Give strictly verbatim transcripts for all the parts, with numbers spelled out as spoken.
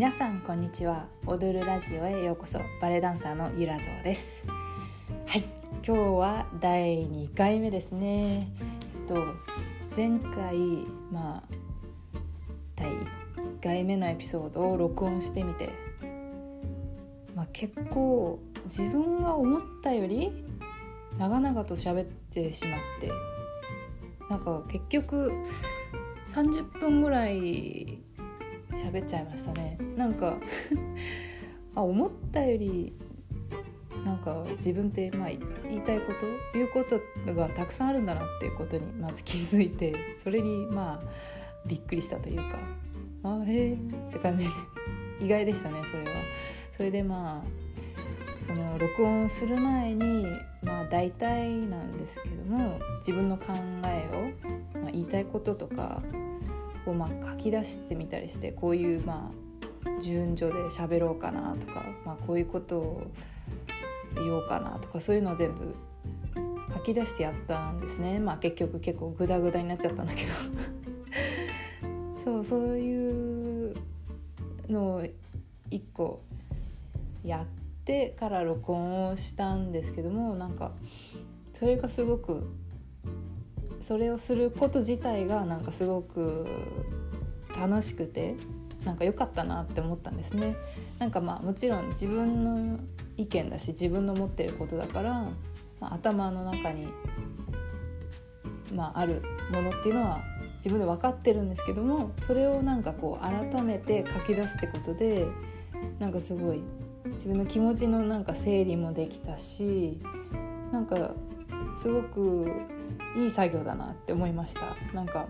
皆さんこんにちは。踊るラジオへようこそ。バレエダンサーのゆらぞうです。はい、今日はだいにかいめですね。えっと前回まあだいいっかいめのエピソードを録音してみて、まあ、結構自分が思ったより長々と喋ってしまって、なんか結局さんじゅっぷんぐらい喋っちゃいましたね。なんかあ思ったよりなんか自分ってまあ言いたいこと言うことがたくさんあるんだなっていうことにまず気づいて、それにまあびっくりしたというか、あへーって感じで意外でしたね。それはそれでまあその録音する前にまあ大体なんですけども、自分の考えを、まあ、言いたいこととかをまあ書き出してみたりして、こういうまあ順序で喋ろうかなとか、まあ、こういうことを言おうかなとか、そういうのを全部書き出してやったんですね。まあ結局結構グダグダになっちゃったんだけどそうそういうのを一個やってから録音をしたんですけども、なんかそれがすごくそれをすること自体がなんかすごく楽しくて、なんか良かったなって思ったんですね。なんかまあもちろん自分の意見だし自分の持ってることだから、まあ、頭の中に、まあ、あるものっていうのは自分で分かってるんですけども、それをなんかこう改めて書き出すってことで、なんかすごい自分の気持ちのなんか整理もできたし、なんかすごくいい作業だなって思いました。なんか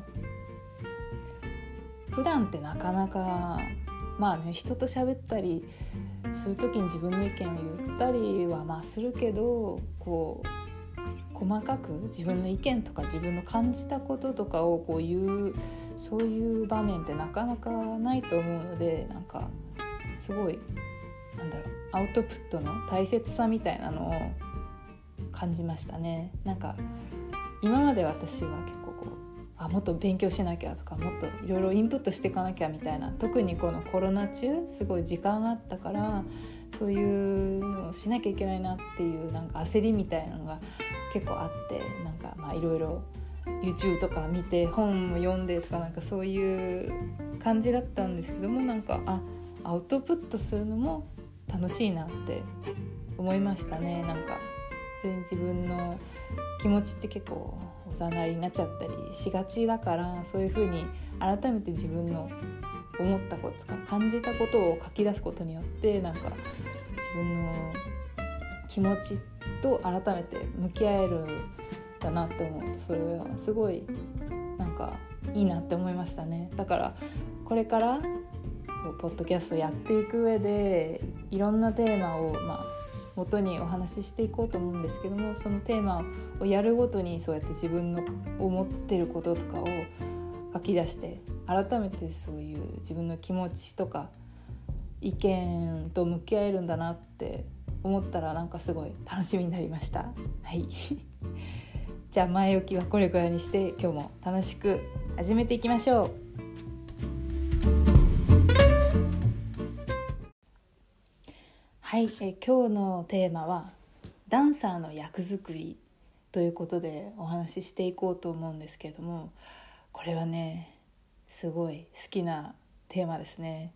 普段ってなかなかまあね、人と喋ったりする時に自分の意見を言ったりはまあするけど、こう細かく自分の意見とか自分の感じたこととかをこう言う、そういう場面ってなかなかないと思うので、なんかすごいなんだろう、アウトプットの大切さみたいなのを感じましたね。なんか今まで私は結構こうあもっと勉強しなきゃとか、もっといろいろインプットしていかなきゃみたいな、特にこのコロナ中すごい時間があったから、そういうのをしなきゃいけないなっていうなんか焦りみたいなのが結構あって、なんかまあいろいろ YouTube とか見て本も読んでとか、なんかそういう感じだったんですけども、なんかあアウトプットするのも楽しいなって思いましたね。なんかそれに自分の気持ちって結構おざなりになっちゃったりしがちだから、そういう風に改めて自分の思ったこととか感じたことを書き出すことによって、なんか自分の気持ちと改めて向き合えるんだなって思うと、それはすごいなんかいいなって思いましたね。だからこれからポッドキャストやっていく上でいろんなテーマをまあ元にお話ししていこうと思うんですけども、そのテーマをやるごとにそうやって自分の思ってることとかを書き出して、改めてそういう自分の気持ちとか意見と向き合えるんだなって思ったら、なんかすごい楽しみになりました。はいじゃあ前置きはこれくらいにして、今日も楽しく始めていきましょう。はい、え今日のテーマはダンサーの役作りということでお話ししていこうと思うんですけれども、これはねすごい好きなテーマですね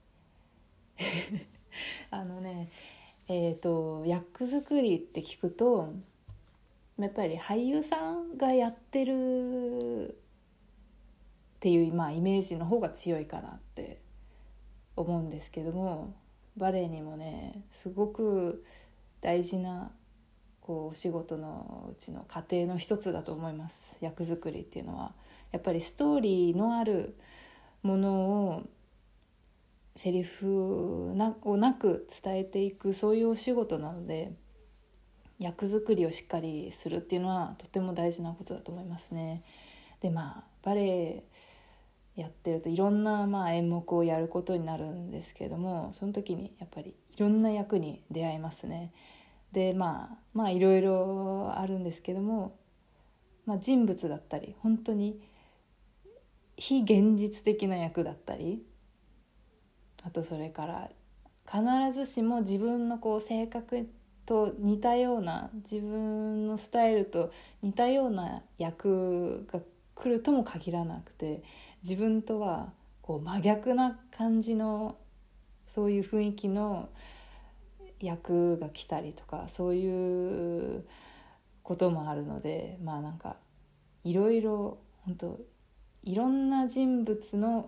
あのねえーと役作りって聞くとやっぱり俳優さんがやってるっていう、まあ、イメージの方が強いかなって思うんですけども、バレエにもねすごく大事なこうお仕事のうちの過程の一つだと思います。役作りっていうのはやっぱりストーリーのあるものをセリフなをなく伝えていく、そういうお仕事なので、役作りをしっかりするっていうのはとても大事なことだと思いますね。でまあバレエやってるといろんなまあ演目をやることになるんですけれども、その時にやっぱりいろんな役に出会いますね。でまあまあいろいろあるんですけども、まあ、人物だったり本当に非現実的な役だったり、 あとそれから必ずしも自分のこう性格と似たような、自分のスタイルと似たような役が来るとも限らなくて、自分とはこう真逆な感じのそういう雰囲気の役が来たりとか、そういうこともあるので、まあなんかいろいろ本当いろんな人物の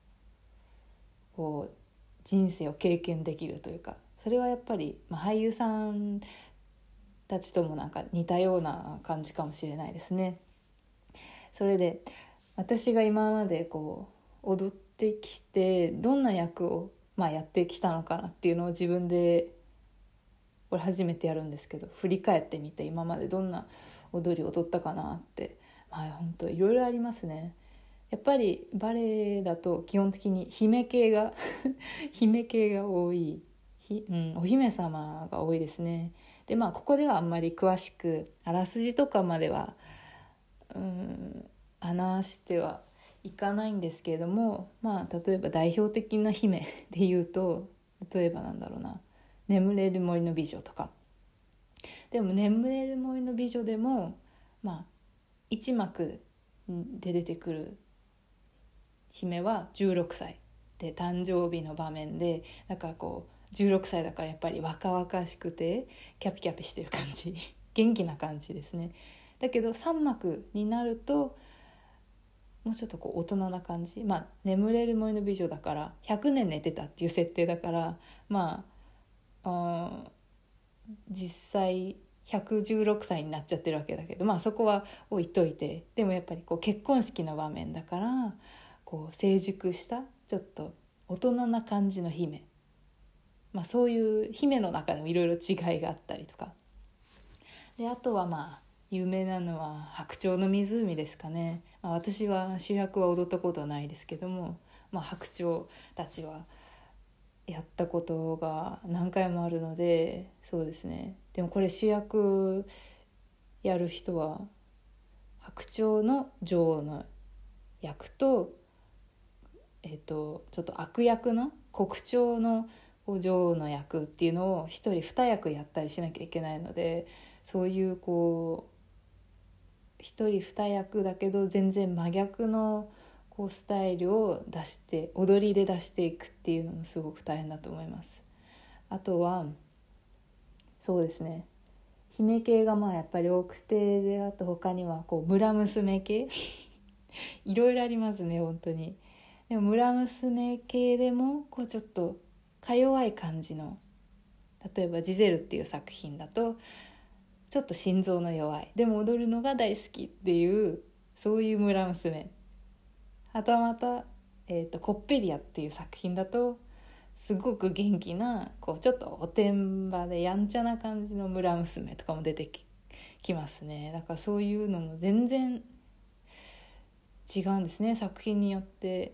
こう人生を経験できるというか、それはやっぱり、まあ、俳優さんたちともなんか似たような感じかもしれないですね。それで私が今までこう踊ってきてどんな役を、まあ、やってきたのかなっていうのを自分でこれ初めてやるんですけど、振り返ってみて今までどんな踊りを踊ったかなって、まあ本当いろいろありますね。やっぱりバレエだと基本的に姫系が姫系が多い、ひ、うん、お姫様が多いですね。でまあここではあんまり詳しくあらすじとかまではうん話してはいかないんですけれども、まあ例えば代表的な姫で言うと、例えばなんだろうな、眠れる森の美女とか。でも眠れる森の美女でもまあ一幕で出てくる姫はじゅうろくさいで誕生日の場面で、だからこうじゅうろくさいだからやっぱり若々しくてキャピキャピしてる感じ元気な感じですね。だけどさん幕になるともうちょっとこう大人な感じ。まあ眠れる森の美女だからひゃくねん寝てたっていう設定だから、まあ、あ実際ひゃくじゅうろくさいになっちゃってるわけだけど、まあそこは置いといて、でもやっぱりこう結婚式の場面だからこう成熟したちょっと大人な感じの姫、まあ、そういう姫の中でもいろいろ違いがあったりとかで、あとはまあ有名なのは白鳥の湖ですかね。まあ、私は主役は踊ったことはないですけども、まあ、白鳥たちはやったことが何回もあるので、そうですね。でもこれ主役やる人は白鳥の女王の役と、えっと、ちょっと悪役の国鳥の女王の役っていうのを一人二役やったりしなきゃいけないので、そういうこう一人二役だけど全然真逆のこうスタイルを出して踊りで出していくっていうのもすごく大変だと思います。あとはそうですね、姫系がまあやっぱり多くて、であと他にはこう村娘系いろいろありますね本当に。でも村娘系でもこうちょっとか弱い感じの、例えばジゼルっていう作品だとちょっと心臓の弱いでも踊るのが大好きっていうそういう村娘。はたまた、えーと、コッペリアっていう作品だとすごく元気なこうちょっとおてんばでやんちゃな感じの村娘とかも出て き, きますね。だからそういうのも全然違うんですね作品によって。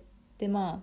でま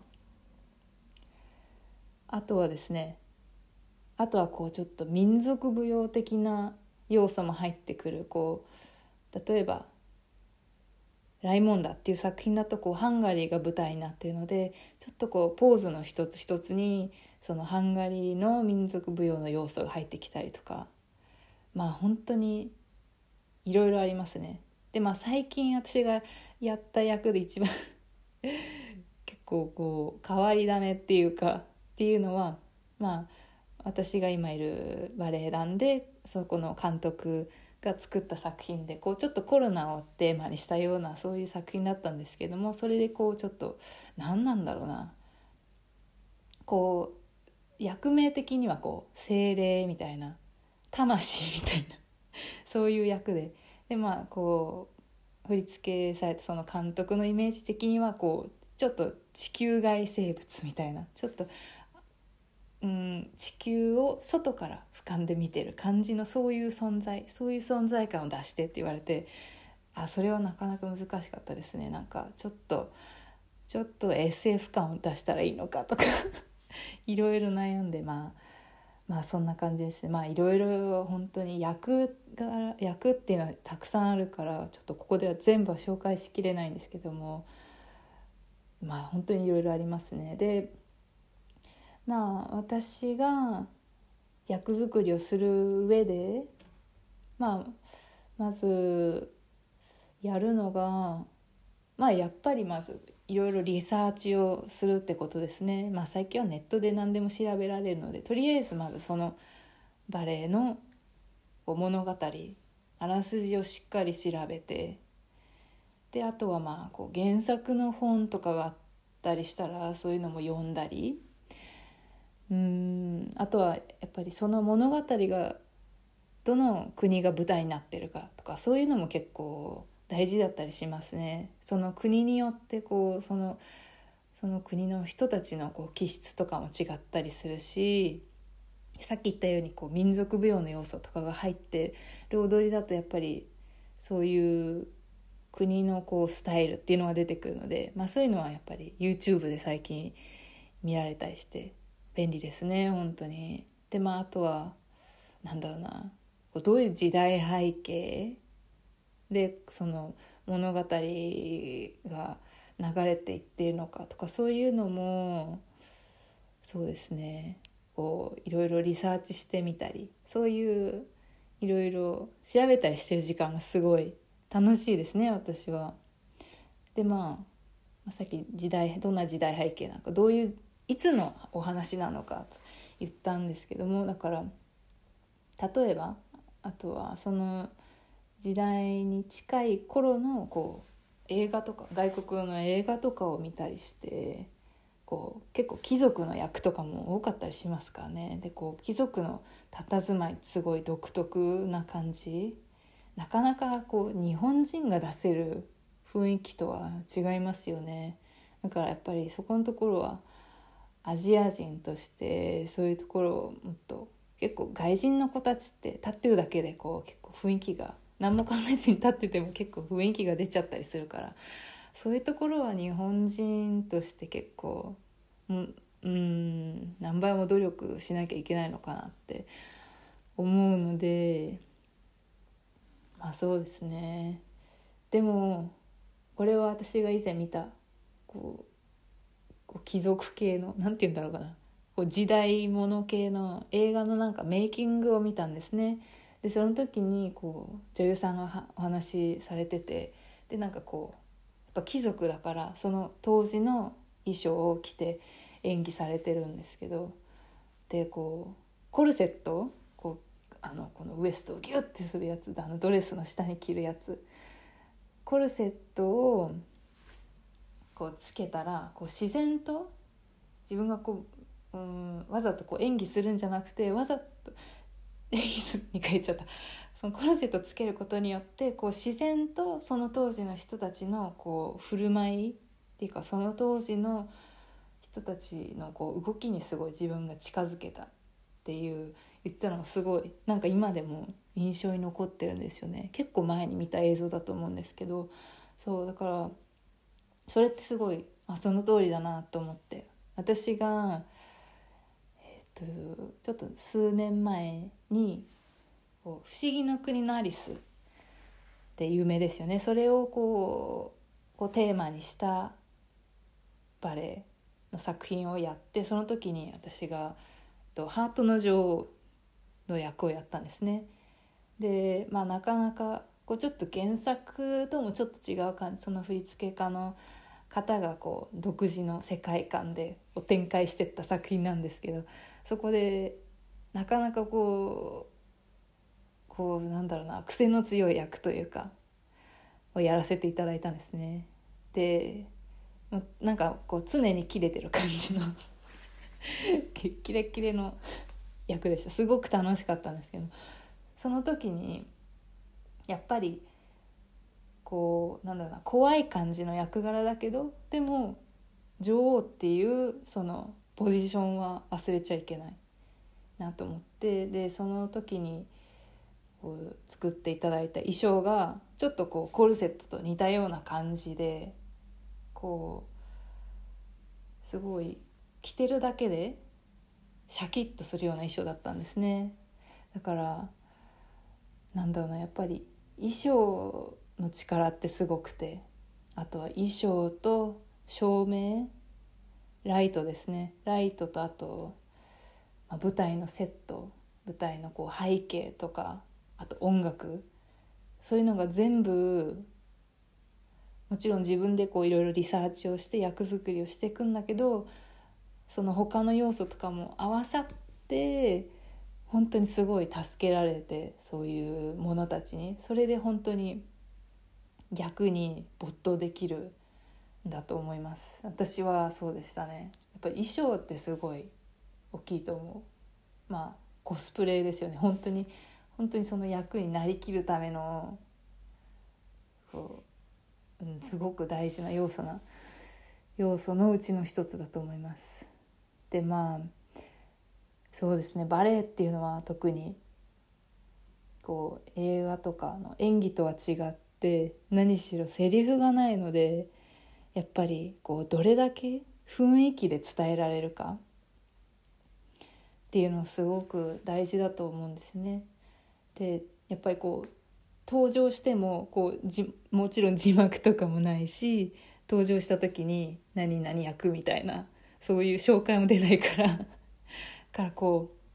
ああとはですね、あとはこうちょっと民族舞踊的な要素も入ってくる、こう例えばライモンダっていう作品だとこうハンガリーが舞台になっているので、ちょっとこうポーズの一つ一つにそのハンガリーの民族舞踊の要素が入ってきたりとか、まあ本当にいろいろありますね。でまあ最近私がやった役で一番結構こう変わり種っていうかっていうのは、まあ私が今いるバレエ団でそこの監督が作った作品で、こうちょっとコロナをテーマにしたようなそういう作品だったんですけども、それでこうちょっと何なんだろうな、こう役名的にはこう精霊みたいな魂みたいなそういう役で、でまあこう振り付けされたその監督のイメージ的にはこうちょっと地球外生物みたいな、ちょっとうん、地球を外から俯瞰で見てる感じのそういう存在、そういう存在感を出してって言われて、あそれはなかなか難しかったですね。なんかちょっとちょっと エスエフ 感を出したらいいのかとかいろいろ悩んで、まあまあそんな感じですね。まあいろいろ本当に役が役っていうのはたくさんあるからちょっとここでは全部は紹介しきれないんですけども、まあ本当にいろいろありますね。でまあ私が役作りをする上で、まあ、まずやるのが、まあ、やっぱりまずいろいろリサーチをするってことですね。まあ、最近はネットで何でも調べられるので、とりあえずまずそのバレエの物語、あらすじをしっかり調べて、であとはまあこう原作の本とかがあったりしたらそういうのも読んだり、うーんあとはやっぱりその物語がどの国が舞台になってるかとか、そういうのも結構大事だったりしますね。その国によってこうそのその国の人たちのこう気質とかも違ったりするし、さっき言ったようにこう民族舞踊の要素とかが入ってる踊りだとやっぱりそういう国のこうスタイルっていうのが出てくるので、まあ、そういうのはやっぱり YouTube で最近見られたりして便利ですね本当に。でまああとはなんだろうな、どういう時代背景でその物語が流れていっているのかとか、そういうのもそうですね、こういろいろリサーチしてみたり、そういういろいろ調べたりしてる時間がすごい楽しいですね私は。でまあさっき時代どんな時代背景なのか、どういういつのお話なのかと言ったんですけども、だから例えばあとはその時代に近い頃のこう映画とか外国の映画とかを見たりして、こう結構貴族の役とかも多かったりしますからね。でこう貴族の佇まいすごい独特な感じ、なかなかこう日本人が出せる雰囲気とは違いますよね。だからやっぱりそこのところはアジア人としてそういうところをもっと、結構外人の子たちって立ってるだけでこう結構雰囲気が、何も考えずに立ってても結構雰囲気が出ちゃったりするから、そういうところは日本人として結構うーん何倍も努力しなきゃいけないのかなって思うので、まあそうですね。でもこれは私が以前見たこうこう貴族系のなんて言うんだろうかな、こう時代物系の映画のなんかメイキングを見たんですね。でその時にこう女優さんがお話しされてて、でなんかこうやっぱ貴族だからその当時の衣装を着て演技されてるんですけど、でこうコルセットこうあのこのウエストをギュッてするやつ、あのドレスの下に着るやつ、コルセットをこうつけたらこう自然と自分がこう、うん、わざとこう演技するんじゃなくて、わざと演技するに変えちゃった、そのコルセットつけることによってこう自然とその当時の人たちのこう振る舞いっていうか、その当時の人たちのこう動きにすごい自分が近づけたっていう言ったのがすごいなんか今でも印象に残ってるんですよね。結構前に見た映像だと思うんですけど、そうだからそれってすごいあその通りだなと思って、私が、えー、とちょっと数年前にこう不思議の国のアリスって有名ですよね。それをこう、こうテーマにしたバレエの作品をやって、その時に私がハートの女王の役をやったんですね。でまあなかなかこうちょっと原作ともちょっと違う感じ、その振付家の方がこう独自の世界観で展開していった作品なんですけど、そこでなかなかこうこうなんだろうな、癖の強い役というかをやらせていただいたんですね。でなんかこう常にキレてる感じのキレッキレの役でした。すごく楽しかったんですけど、その時にやっぱりこうなんだろうな、怖い感じの役柄だけど、でも女王っていうそのポジションは忘れちゃいけないなと思って、でその時にこう作っていただいた衣装がちょっとこうコルセットと似たような感じで、こうすごい着てるだけでシャキッとするような衣装だったんですね。だからなんだろうな、やっぱり衣装の力ってすごくて、あとは衣装と照明ライトですね。ライトとあと、まあ、舞台のセット、舞台のこう背景とか、あと音楽、そういうのが全部もちろん自分でこういろいろリサーチをして役作りをしていくんだけど、その他の要素とかも合わさって本当にすごい助けられて、そういうものたちにそれで本当に逆に没頭できるんだと思います。私はそうでしたね。やっぱり衣装ってすごい大きいと思う。まあコスプレですよね。本当に本当にその役になりきるためのこう、うん、すごく大事な要素な要素のうちの一つだと思います。でまあそうですね、バレエっていうのは特にこう映画とかの演技とは違って何しろセリフがないので、やっぱりこうどれだけ雰囲気で伝えられるかっていうのすごく大事だと思うんですね。でやっぱりこう登場してもこうじもちろん字幕とかもないし、登場した時に何々役みたいなそういう紹介も出ないからからこう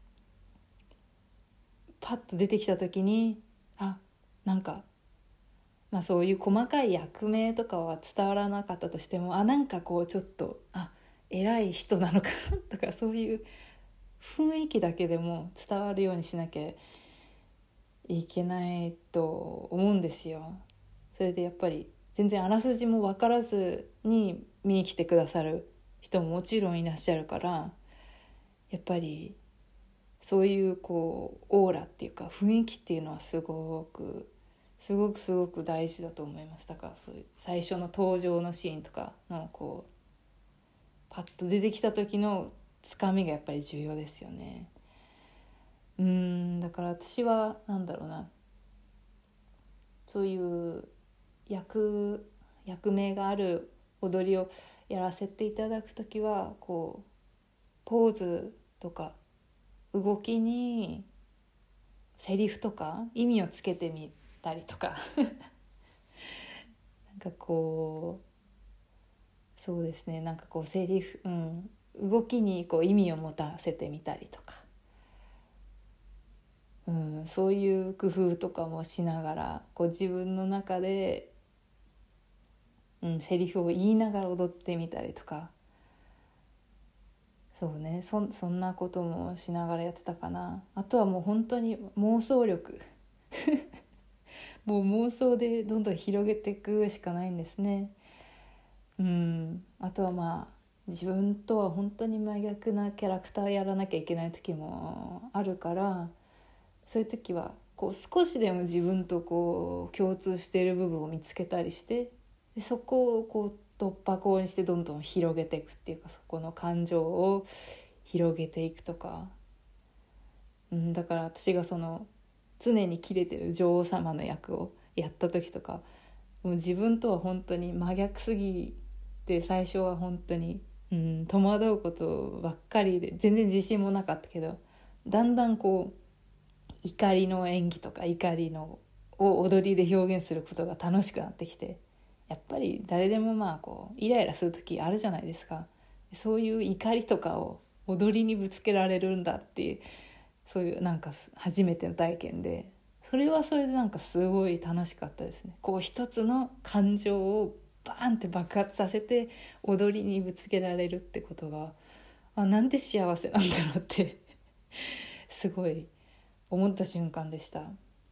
パッと出てきた時にあなんか、まあ、そういう細かい役名とかは伝わらなかったとしても、あなんかこうちょっとあ偉い人なのかなとか、そういう雰囲気だけでも伝わるようにしなきゃいけないと思うんですよ。それでやっぱり全然あらすじも分からずに見に来てくださる人ももちろんいらっしゃるから、やっぱりそういうこうオーラっていうか雰囲気っていうのはすごくすごくすごく大事だと思います。だからそういう最初の登場のシーンとかのこうパッと出てきた時のつかみがやっぱり重要ですよね。うーんだから私はなんだろうな、そういう役役名がある踊りをやらせていただくときはこうポーズとか動きにセリフとか意味をつけてみたりとかなんかこうそうですね、なんかこうセリフ、うん、動きにこう意味を持たせてみたりとか、うん、そういう工夫とかもしながらこう自分の中で、うん、セリフを言いながら踊ってみたりとか、そうね そ, そんなこともしながらやってたかな。あとはもう本当に妄想力もう妄想でどんどん広げていくしかないんですね。うんあとはまあ自分とは本当に真逆なキャラクターやらなきゃいけない時もあるから、そういう時はこう少しでも自分とこう共通している部分を見つけたりして、でそこをこう突破口にしてどんどん広げていくっていうか、そこの感情を広げていくとか、うん、だから私がその常にキレてる女王様の役をやった時とか、もう自分とは本当に真逆すぎて最初は本当に、うん、戸惑うことばっかりで全然自信もなかったけど、だんだんこう怒りの演技とか怒りのを踊りで表現することが楽しくなってきて、やっぱり誰でもまあこうイライラする時あるじゃないですか。そういう怒りとかを踊りにぶつけられるんだっていう、そういうなんか初めての体験で、それはそれでなんかすごい楽しかったですね。こう一つの感情をバーンって爆発させて踊りにぶつけられるってことが、あなんて幸せなんだろうってすごい思った瞬間でした。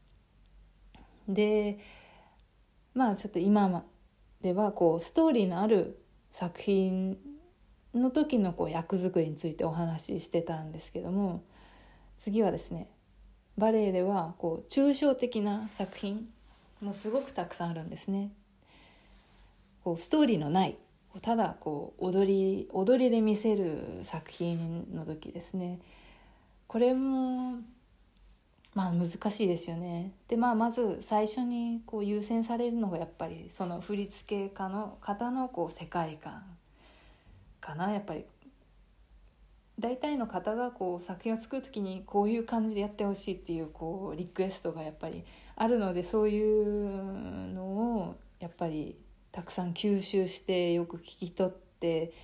でまあちょっと今ではこうストーリーのある作品の時のこう役作りについてお話ししてたんですけども、次はですね、バレエではこう抽象的な作品もすごくたくさんあるんですね。こうストーリーのないただこう踊り踊りで見せる作品の時ですね、これもまあ難しいですよね。で、まあ、まず最初にこう優先されるのがやっぱりその振付家の方のこう世界観かな。やっぱり大体の方がこう作品を作る時にこういう感じでやってほしいっていうこうリクエストがやっぱりあるので、そういうのをやっぱりたくさん吸収してよく聞き取って、あ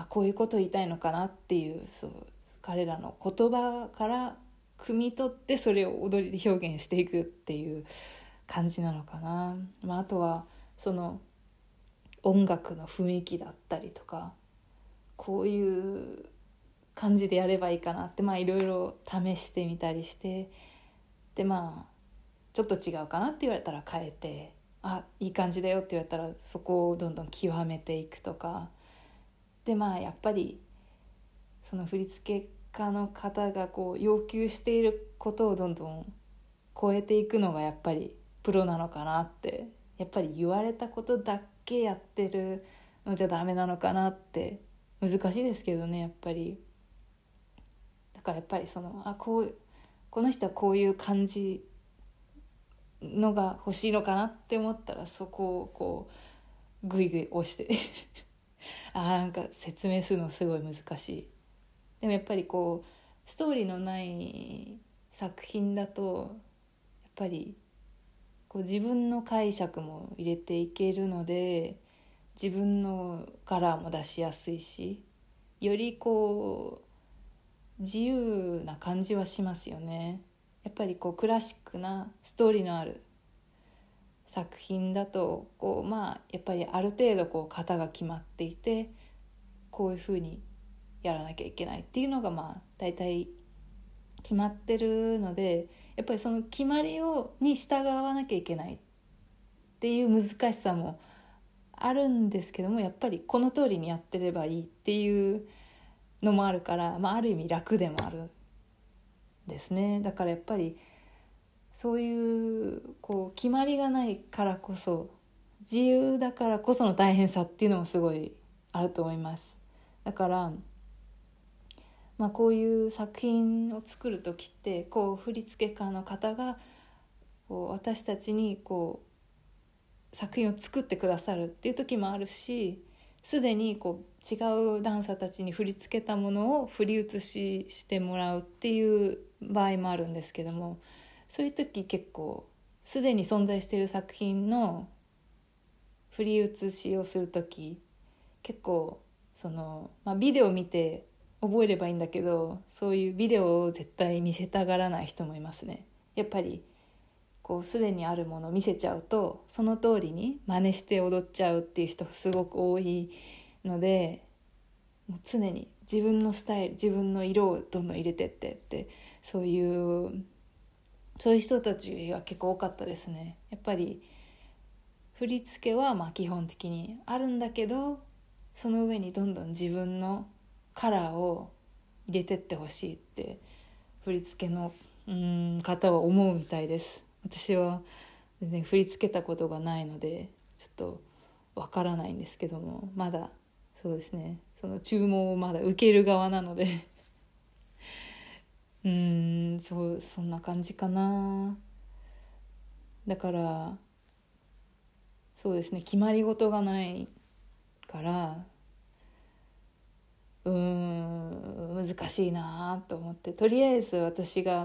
あこういうこと言いたいのかなっていう、そう彼らの言葉から汲み取ってそれを踊りで表現していくっていう感じなのかな。まあ、あとはその音楽の雰囲気だったりとか、こういう感じでやればいいかなってまあいろいろ試してみたりして、でまあちょっと違うかなって言われたら変えて、あいい感じだよって言われたらそこをどんどん極めていくとかで、まあやっぱりその振付家の方がこう要求していることをどんどん超えていくのがやっぱりプロなのかなって、やっぱり言われたことだけやってるのじゃダメなのかなって。難しいですけどね、やっぱり。だからやっぱりそのあこうこの人はこういう感じのが欲しいのかなって思ったら、そこをこうグイグイ押してあなんか説明するのすごい難しい。でもやっぱりこうストーリーのない作品だとやっぱりこう自分の解釈も入れていけるので、自分のカラーも出しやすいし、よりこう自由な感じはしますよね。やっぱりこうクラシックなストーリーのある作品だとこうまあやっぱりある程度こう型が決まっていて、こういう風にやらなきゃいけないっていうのがまあ大体決まってるので、やっぱりその決まりをに従わなきゃいけないっていう難しさもあるんですけども、やっぱりこの通りにやってればいいっていうのもあるから、まあ、ある意味楽でもあるんですね。だからやっぱりそういうこう決まりがないからこそ、自由だからこその大変さっていうのもすごいあると思います。だから、まあ、こういう作品を作る時ってこう振付家の方がこう私たちにこう作品を作ってくださるっていう時もあるし、すでにこう違うダンサーたちに振り付けたものを振り写ししてもらうっていう場合もあるんですけども、そういう時結構すでに存在している作品の振り写しをする時結構その、まあ、ビデオ見て覚えればいいんだけど、そういうビデオを絶対見せたがらない人もいますね。やっぱりこうすでにあるものを見せちゃうとその通りに真似して踊っちゃうっていう人がすごく多いので、もう常に自分のスタイル、自分の色をどんどん入れてってって、そういうそういう人たちが結構多かったですね。やっぱり振り付けはまあ基本的にあるんだけど、その上にどんどん自分のカラーを入れてってほしいって振り付けのうーん方は思うみたいです。私は全然振り付けたことがないのでちょっとわからないんですけども、まだそうですね、その注文をまだ受ける側なのでうーんそうそんな感じかな。だからそうですね、決まり事がないからうーん難しいなと思って、とりあえず私が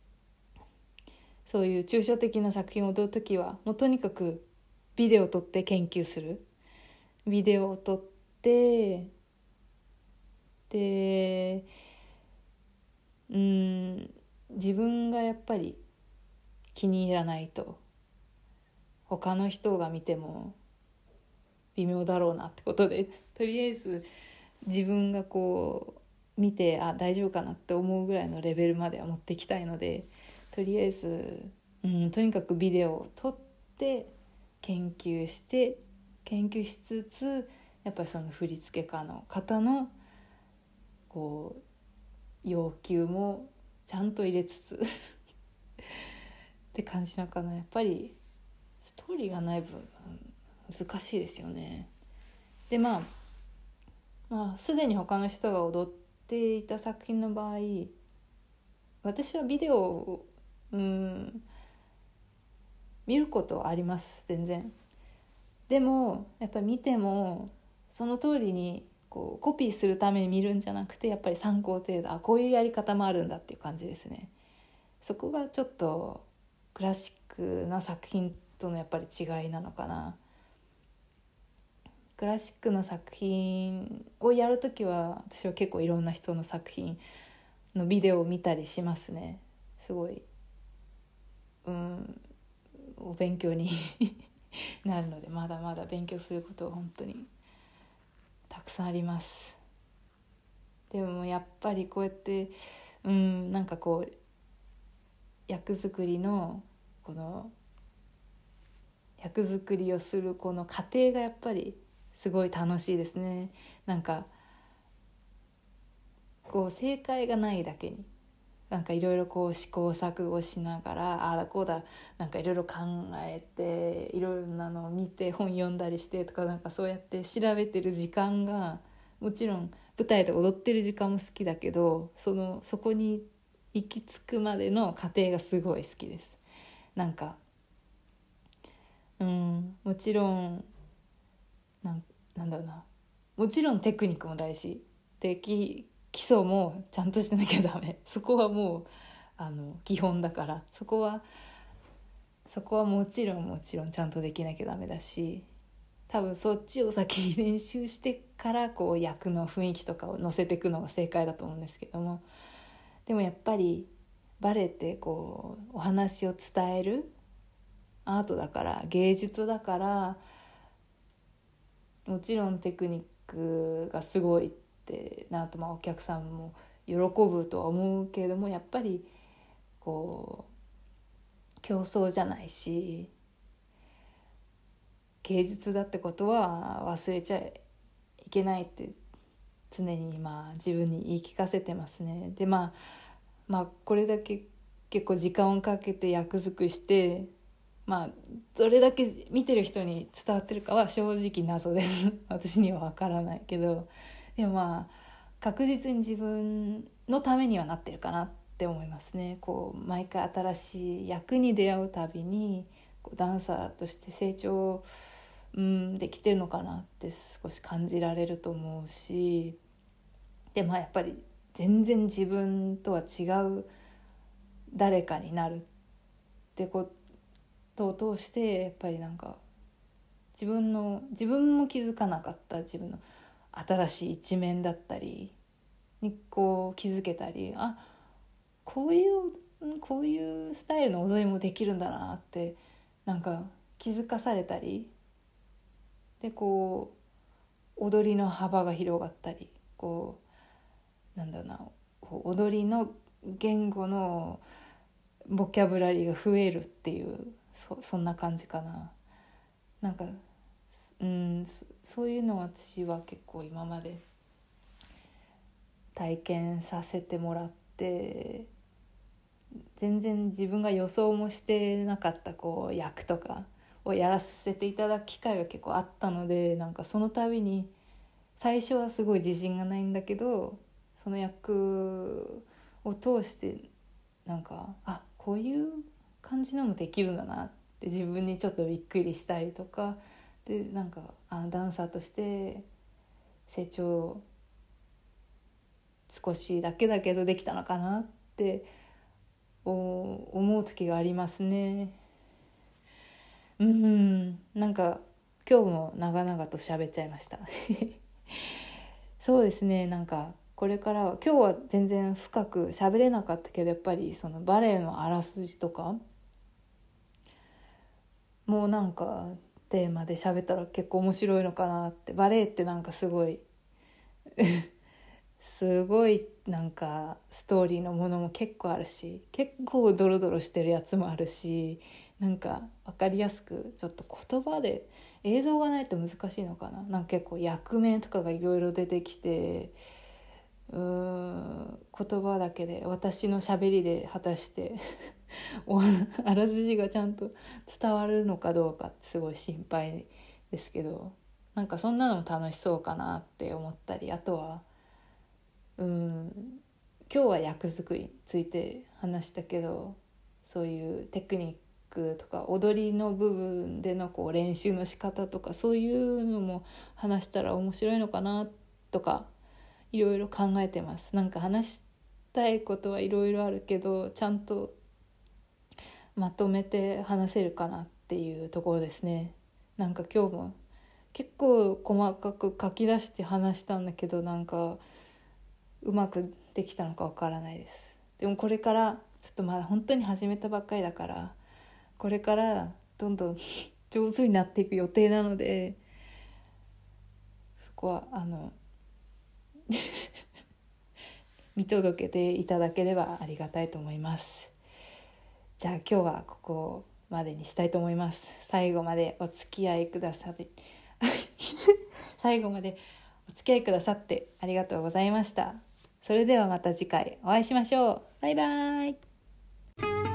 そういう抽象的な作品を踊るときはもうとにかくビデオを撮って研究する、ビデオを撮ってでうーん自分がやっぱり気に入らないと他の人が見ても微妙だろうなってことで、とりあえず自分がこう見てあ大丈夫かなって思うぐらいのレベルまでは持っていきたいので、とりあえず、うん、とにかくビデオを撮って研究して研究しつつ、やっぱりその振付家の方のこう要求もちゃんと入れつつって感じなのかな。やっぱりストーリーがない分難しいですよね。でまあまあすでに他の人が踊っていた作品の場合、私はビデオをうん見ることはあります、全然。でもやっぱり見てもその通りにこうコピーするために見るんじゃなくて、やっぱり参考程度、あこういうやり方もあるんだっていう感じですね。そこがちょっとクラシックな作品とのやっぱり違いなのかな。 クラシックの作品をやるときは私は結構いろんな人の作品のビデオを見たりしますね。すごい、うん、お勉強になるので、まだまだ勉強することは本当にたくさんあります。でもやっぱりこうやってうんなんかこう役作りのこの役作りをするこの過程がやっぱりすごい楽しいですね。なんかこう正解がないだけになんかいろいろこう試行錯誤しながらああだこうだなんかいろいろ考えていろんなのを見て本読んだりしてとかなんかそうやって調べてる時間がもちろん舞台で踊ってる時間も好きだけどそのそこに行き着くまでの過程がすごい好きです。なんかうんもちろんなんなんだろうなもちろんテクニックも大事で基礎もちゃんとしてなきゃダメそこはもうあの基本だからそこはそこはもちろんもちろんちゃんとできなきゃダメだし多分そっちを先に練習してからこう役の雰囲気とかを乗せていくのが正解だと思うんですけどもでもやっぱりバレエってこうお話を伝えるアートだから芸術だからもちろんテクニックがすごいってなるとまあお客さんも喜ぶとは思うけれどもやっぱりこう競争じゃないし芸術だってことは忘れちゃいけないって常にまあ自分に言い聞かせてますね。でまあまあこれだけ結構時間をかけて役作りしてまあどれだけ見てる人に伝わってるかは正直謎です私には分からないけどでもまあ確実に自分のためにはなってるかなって思いますね。こう毎回新しい役に出会うたびにこうダンサーとして成長、うん、できてるのかなって少し感じられると思うしでまあやっぱり全然自分とは違う誰かになるってことを通してやっぱりなんか自分の自分も気づかなかった自分の新しい一面だったりにこう気づけたりあこういうこういうスタイルの踊りもできるんだなってなんか気づかされたりでこう踊りの幅が広がったりこうなんだろうなこう踊りの言語のボキャブラリーが増えるっていう そ, そんな感じかな。なんかうんそそういうのを私は結構今まで体験させてもらって全然自分が予想もしてなかったこう役とかをやらせていただく機会が結構あったのでなんかその度に最初はすごい自信がないんだけどその役を通してなんかあこういう感じのもできるんだなって自分にちょっとびっくりしたりとかでなんかあダンサーとして成長少しだけだけどできたのかなって思う時がありますね。うんなんか今日も長々と喋っちゃいましたそうですねなんかこれからは今日は全然深く喋れなかったけどやっぱりそのバレエのあらすじとかもうなんかテーマで喋ったら結構面白いのかなってバレエってなんかすごいすごいなんかストーリーのものも結構あるし結構ドロドロしてるやつもあるしなんか分かりやすくちょっと言葉で映像がないと難しいのかななんか結構役名とかがいろいろ出てきてうーん言葉だけで私のしゃべりで果たしてあらすじがちゃんと伝わるのかどうかってすごい心配ですけどなんかそんなのも楽しそうかなって思ったりあとはうん今日は役作りについて話したけどそういうテクニックとか踊りの部分でのこう練習の仕方とかそういうのも話したら面白いのかなとかいろいろ考えてます。なんか話したいことはいろいろあるけどちゃんとまとめて話せるかなっていうところですね。なんか今日も結構細かく書き出して話したんだけど、なんかうまくできたのかわからないです。でもこれからちょっとまだ本当に始めたばっかりだから、これからどんどん上手になっていく予定なので、そこはあの見届けていただければありがたいと思います。じゃあ今日はここまでにしたいと思います。最後までお付き合いくださり最後までお付き合いくださってありがとうございました。それではまた次回お会いしましょう。バイバイ。